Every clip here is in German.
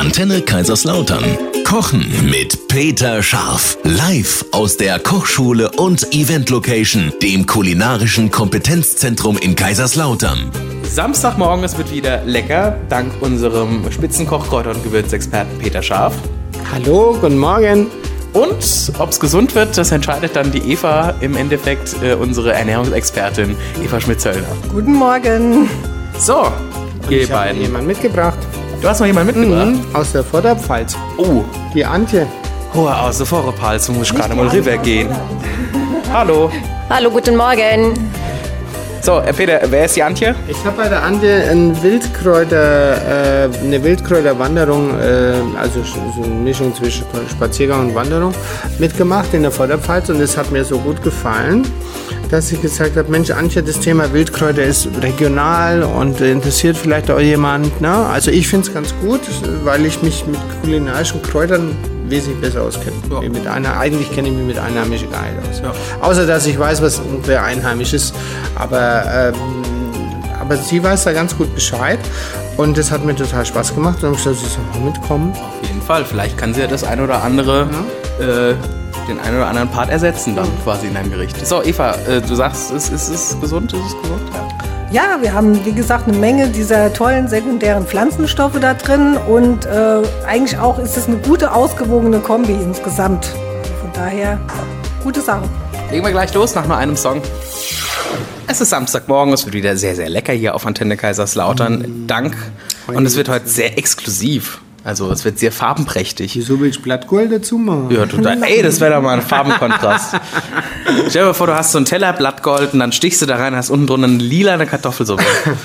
Antenne Kaiserslautern. Kochen mit Peter Scharf. Live aus der Kochschule und Event Location, dem kulinarischen Kompetenzzentrum in Kaiserslautern. Samstagmorgen, es wird wieder lecker, dank unserem Spitzenkoch, Kräuter- und Gewürzexperten Peter Scharf. Hallo, guten Morgen. Und ob es gesund wird, das entscheidet dann die Eva, im Endeffekt unsere Ernährungsexpertin Eva Schmidt-Zöllner. Guten Morgen. So, ihr Ich habe beiden. jemanden mitgebracht. Du hast noch jemanden mitgebracht? Aus der Vorderpfalz. Oh, Die Antje. aus der Vorderpfalz, muss ich gerade mal rüber gehen. Hallo. Hallo, guten Morgen. So, Peter, wer ist die Antje? Ich habe bei der Antje eine Wildkräuterwanderung, also so eine Mischung zwischen Spaziergang und Wanderung, mitgemacht in der Vorderpfalz, und es hat mir so gut gefallen, dass ich gesagt habe, Mensch Antje, das Thema Wildkräuter ist regional und interessiert vielleicht auch jemand. Ne? Also ich finde es ganz gut, weil ich mich mit kulinarischen Kräutern wesentlich besser auskenne. Ja. Eigentlich kenne ich mich mit Einheimischen gar nicht aus. Ja. Außer dass ich weiß, was ungefähr einheimisch ist. Aber sie weiß da ganz gut Bescheid. Und das hat mir total Spaß gemacht. Und dann habe ich gesagt, sie soll mal mitkommen. Auf jeden Fall. Vielleicht kann sie ja das ein oder andere, den einen oder anderen Part ersetzen dann quasi in deinem Gericht. So, Eva, du sagst, ist es gesund? Ist es gesund? Ja. Ja, wir haben, wie gesagt, eine Menge dieser tollen sekundären Pflanzenstoffe da drin und eigentlich auch ist es eine gute, ausgewogene Kombi insgesamt. Von daher, gute Sache. Legen wir gleich los nach nur einem Song. Es ist Samstagmorgen, es wird wieder sehr, sehr lecker hier auf Antenne Kaiserslautern. Dank. Und es wird heute sehr exklusiv. Also es wird sehr farbenprächtig. Wieso willst du Blattgold dazu machen? Ja, total. Ey, das wäre doch mal ein Farbenkontrast. Stell dir vor, du hast so einen Teller Blattgold und dann stichst du da rein und hast unten drunter eine lilane Kartoffelsuppe.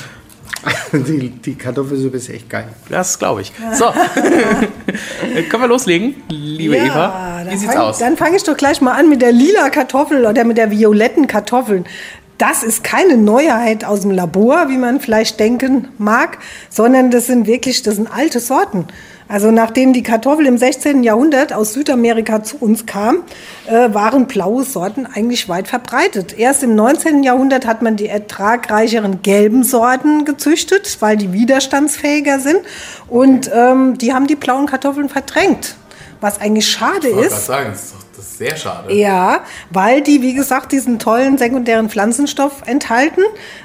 Die Kartoffelsuppe ist echt geil. Das glaube ich. So, können wir loslegen, liebe Eva? Wie sieht's aus? Dann fange ich doch gleich mal an mit der lila Kartoffel oder mit der violetten Kartoffeln. Das ist keine Neuheit aus dem Labor, wie man vielleicht denken mag, sondern das sind alte Sorten. Also nachdem die Kartoffel im 16. Jahrhundert aus Südamerika zu uns kam, waren blaue Sorten eigentlich weit verbreitet. Erst im 19. Jahrhundert hat man die ertragreicheren gelben Sorten gezüchtet, weil die widerstandsfähiger sind. Und die haben die blauen Kartoffeln verdrängt. Was eigentlich schade ist. Ich sagen, das ist sehr schade. Ja, weil die, wie gesagt, diesen tollen sekundären Pflanzenstoff enthalten,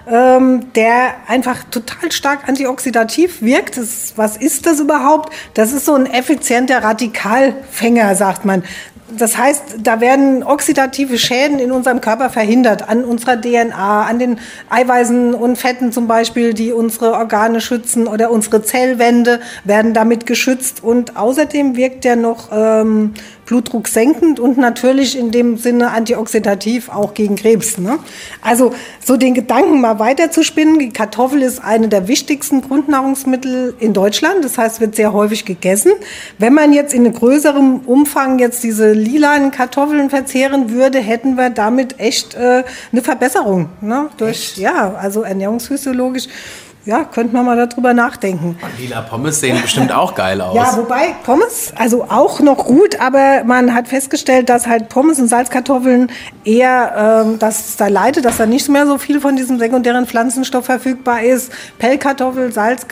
der einfach total stark antioxidativ wirkt. Was ist das überhaupt? Das ist so ein effizienter Radikalfänger, sagt man. Das heißt, da werden oxidative Schäden in unserem Körper verhindert, an unserer DNA, an den Eiweißen und Fetten zum Beispiel, die unsere Organe schützen, oder unsere Zellwände werden damit geschützt. Und außerdem wirkt der noch Blutdruck senkend und natürlich in dem Sinne antioxidativ auch gegen Krebs. Ne? Also so den Gedanken mal weiterzuspinnen, die Kartoffel ist eine der wichtigsten Grundnahrungsmittel in Deutschland, das heißt, wird sehr häufig gegessen. Wenn man jetzt in größerem Umfang jetzt diese lilanen Kartoffeln verzehren würde, hätten wir damit echt eine Verbesserung. Ne? Also ernährungsphysiologisch. Ja, könnte man mal darüber nachdenken. Und lila Pommes sehen bestimmt auch geil aus. Ja, wobei Pommes, also auch noch gut, aber man hat festgestellt, dass halt Pommes und Salzkartoffeln eher, dass es da leidet, dass da nicht mehr so viel von diesem sekundären Pflanzenstoff verfügbar ist. Pellkartoffel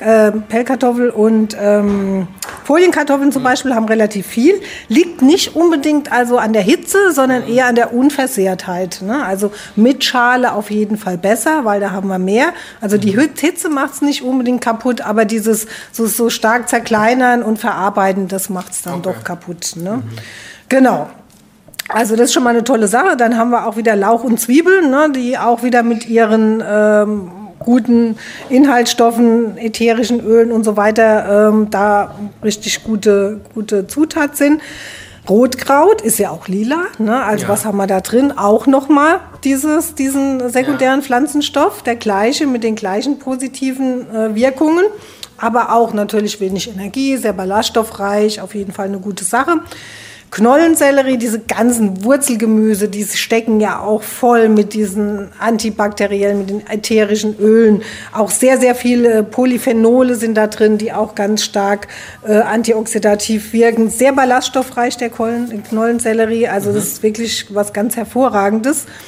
und Folienkartoffeln zum Beispiel haben relativ viel. Liegt nicht unbedingt also an der Hitze, sondern eher an der Unversehrtheit. Ne? Also mit Schale auf jeden Fall besser, weil da haben wir mehr. Also die Hitze macht es nicht unbedingt kaputt, aber dieses so stark zerkleinern und verarbeiten, das macht es dann doch kaputt. Ne? Genau. Also das ist schon mal eine tolle Sache. Dann haben wir auch wieder Lauch und Zwiebeln, ne, die auch wieder mit ihren guten Inhaltsstoffen, ätherischen Ölen und so weiter da richtig gute Zutat sind. Rotkraut ist ja auch lila, ne? Also was haben wir da drin? Auch nochmal diesen sekundären Pflanzenstoff, der gleiche, mit den gleichen positiven Wirkungen, aber auch natürlich wenig Energie, sehr ballaststoffreich, auf jeden Fall eine gute Sache. Knollensellerie, diese ganzen Wurzelgemüse, die stecken ja auch voll mit diesen antibakteriellen, mit den ätherischen Ölen. Auch sehr, sehr viele Polyphenole sind da drin, die auch ganz stark antioxidativ wirken. Sehr ballaststoffreich, der Knollensellerie. Also das ist wirklich was ganz Hervorragendes.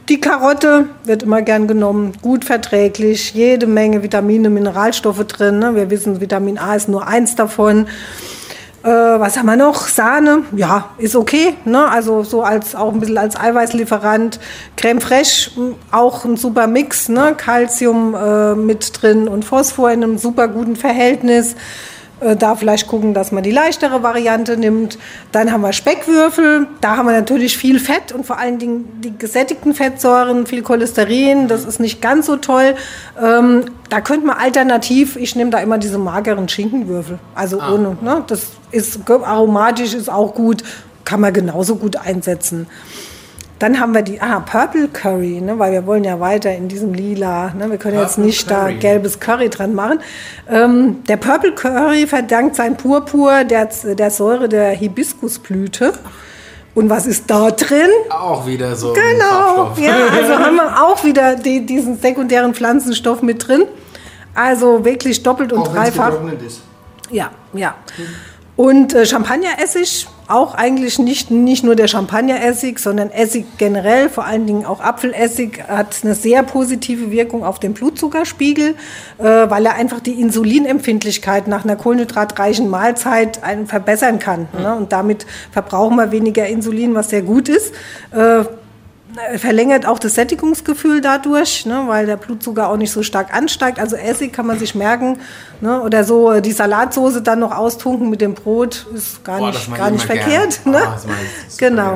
Die Karotte wird immer gern genommen, gut verträglich, jede Menge Vitamine, Mineralstoffe drin. Ne? Wir wissen, Vitamin A ist nur eins davon. Was haben wir noch? Sahne, ja, ist okay. Ne? Also so auch ein bisschen als Eiweißlieferant. Creme fraiche, auch ein super Mix. Ne? Calcium mit drin und Phosphor in einem super guten Verhältnis. Da vielleicht gucken, dass man die leichtere Variante nimmt. Dann haben wir Speckwürfel. Da haben wir natürlich viel Fett und vor allen Dingen die gesättigten Fettsäuren, viel Cholesterin. Das ist nicht ganz so toll. Da könnte man alternativ, ich nehme da immer diese mageren Schinkenwürfel. Also ohne, ne? Das ist aromatisch, ist auch gut. Kann man genauso gut einsetzen. Dann haben wir die Purple Curry, ne, weil wir wollen ja weiter in diesem Lila. Ne, wir können jetzt nicht da gelbes Curry dran machen. Der Purple Curry verdankt sein Purpur der Säure der Hibiskusblüte. Und was ist da drin? Auch wieder so genau, ja, also haben wir auch wieder diesen sekundären Pflanzenstoff mit drin. Also wirklich doppelt und auch dreifach. Getrocknet ist. Ja. Und Champagneressig, auch eigentlich nicht nur der Champagneressig, sondern Essig generell, vor allen Dingen auch Apfelessig, hat eine sehr positive Wirkung auf den Blutzuckerspiegel, weil er einfach die Insulinempfindlichkeit nach einer kohlenhydratreichen Mahlzeit verbessern kann. Ne? Und damit verbrauchen wir weniger Insulin, was sehr gut ist. Verlängert auch das Sättigungsgefühl dadurch, ne, weil der Blutzucker auch nicht so stark ansteigt. Also Essig kann man sich merken, ne, oder so die Salatsoße dann noch austunken mit dem Brot ist gar nicht verkehrt. Ne? Genau.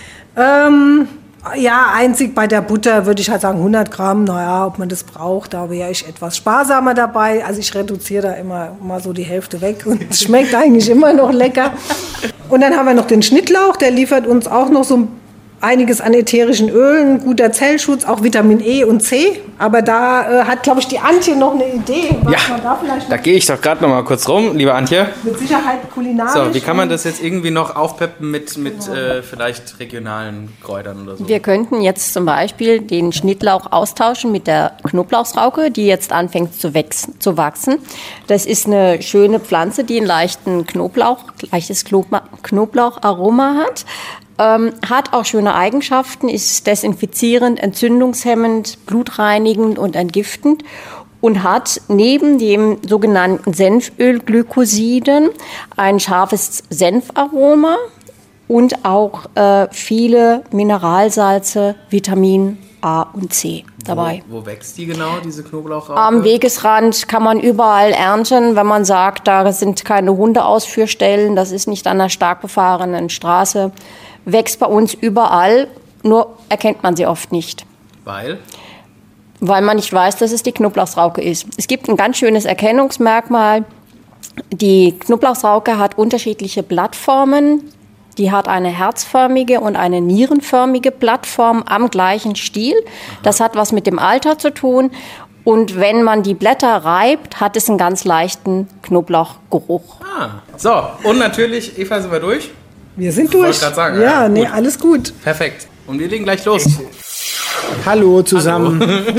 Einzig bei der Butter würde ich halt sagen 100 Gramm. Naja, ob man das braucht, da wäre ich etwas sparsamer dabei. Also ich reduziere da immer mal so die Hälfte weg und es schmeckt eigentlich immer noch lecker. Und dann haben wir noch den Schnittlauch, der liefert uns auch noch so einiges an ätherischen Ölen, guter Zellschutz, auch Vitamin E und C. Aber da hat, glaube ich, die Antje noch eine Idee, was man da vielleicht da gehe ich doch gerade noch mal kurz rum, liebe Antje. Mit Sicherheit kulinarisch. So, wie kann man das jetzt irgendwie noch aufpeppen mit vielleicht regionalen Kräutern oder so? Wir könnten jetzt zum Beispiel den Schnittlauch austauschen mit der Knoblauchsrauke, die jetzt anfängt zu wachsen. Das ist eine schöne Pflanze, die einen leichtes Knoblaucharoma hat. Hat auch schöne Eigenschaften, ist desinfizierend, entzündungshemmend, blutreinigend und entgiftend und hat neben dem sogenannten Senfölglykosiden ein scharfes Senfaroma und auch viele Mineralsalze, Vitamin A und C dabei. Wo wächst die genau, diese Knoblauchrauke? Am Wegesrand kann man überall ernten, wenn man sagt, da sind keine Hundeausführstellen, das ist nicht an einer stark befahrenen Straße. Wächst bei uns überall, nur erkennt man sie oft nicht. Weil? Weil man nicht weiß, dass es die Knoblauchsrauke ist. Es gibt ein ganz schönes Erkennungsmerkmal. Die Knoblauchsrauke hat unterschiedliche Blattformen. Die hat eine herzförmige und eine nierenförmige Blattform am gleichen Stiel. Das hat was mit dem Alter zu tun. Und wenn man die Blätter reibt, hat es einen ganz leichten Knoblauchgeruch. So, und natürlich, Eva, sind wir durch? Wir sind durch. Wollte gerade sagen. Ja, nee, alles gut. Perfekt. Und wir legen gleich los. Hallo zusammen.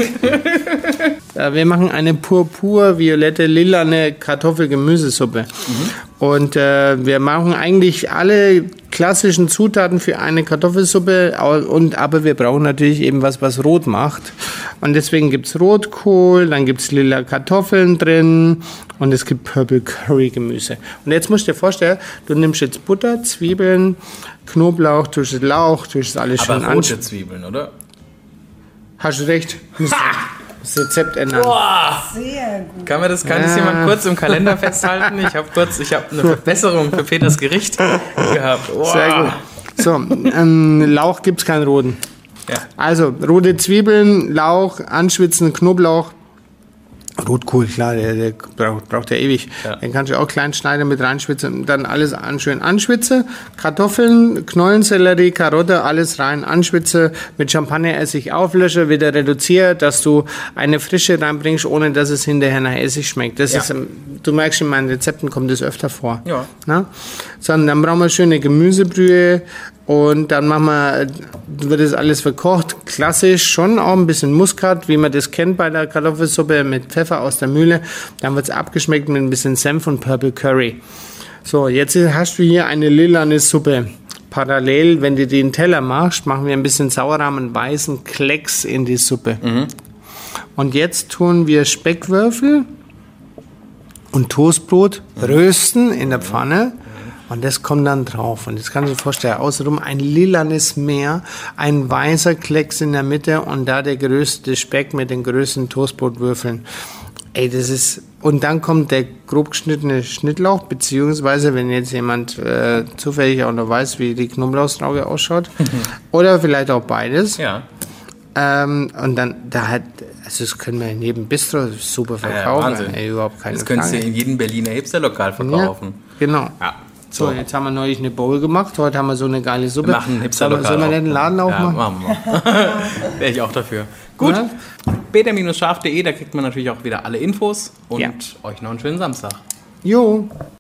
Wir machen eine purpur-violette, lilane Kartoffel-Gemüsesuppe. Und wir machen eigentlich alle klassischen Zutaten für eine Kartoffelsuppe, aber wir brauchen natürlich eben was rot macht. Und deswegen gibt es Rotkohl, dann gibt es lila Kartoffeln drin und es gibt Purple Curry Gemüse. Und jetzt musst du dir vorstellen, du nimmst jetzt Butter, Zwiebeln, Knoblauch, tust Lauch, tust alles schön an. Aber rote Zwiebeln, oder? Hast du recht. Das Rezept ändern. Boah. Sehr gut. Kann das jemand kurz im Kalender festhalten? Ich habe eine Verbesserung für Peters Gericht gehabt. Boah. Sehr gut. So, Lauch gibt es keinen roten. Ja. Also, rote Zwiebeln, Lauch, anschwitzen, Knoblauch. Rotkohl, klar, der braucht ja ewig. Ja. Den kannst du auch klein schneiden, mit reinschwitzen und dann alles schön anschwitze. Kartoffeln, Knollensellerie, Karotte, alles rein anschwitze, mit Champagneressig auflösche, wieder reduziere, dass du eine Frische reinbringst, ohne dass es hinterher nach Essig schmeckt. Das ist, du merkst, in meinen Rezepten kommt das öfter vor. Ja. Na? So, dann brauchen wir schöne Gemüsebrühe. Und dann wird das alles verkocht, klassisch, schon auch ein bisschen Muskat, wie man das kennt bei der Kartoffelsuppe, mit Pfeffer aus der Mühle. Dann wird es abgeschmeckt mit ein bisschen Senf und Purple Curry. So, jetzt hast du hier eine lilane Suppe. parallel, wenn du den Teller machst, machen wir ein bisschen Sauerrahm, weißen Klecks in die Suppe. Und jetzt tun wir Speckwürfel und Toastbrot rösten in der Pfanne. Und das kommt dann drauf. Und jetzt kannst du dir vorstellen, außenrum ein lilanes Meer, ein weißer Klecks in der Mitte und da der geröstete Speck mit den größten Toastbrotwürfeln. Ey, das ist... Und dann kommt der grob geschnittene Schnittlauch, beziehungsweise, wenn jetzt jemand zufällig auch noch weiß, wie die Knoblauchsrauge ausschaut, oder vielleicht auch beides. Ja. Und dann, also das können wir in jedem Bistro super verkaufen. Wahnsinn. Ey, überhaupt keine Das könntest du Frage. in jedem Berliner Hipsterlokal verkaufen. Ja, genau. Ja. So, jetzt haben wir neulich eine Bowl gemacht, heute haben wir so eine geile Suppe. Wir machen ein Hipsterlokal. Sollen wir nicht den Laden aufmachen? Ja, machen wir. Wäre ich auch dafür. Gut, Ja. peter-scharf.de, da kriegt man natürlich auch wieder alle Infos und Ja. euch noch einen schönen Samstag. Jo.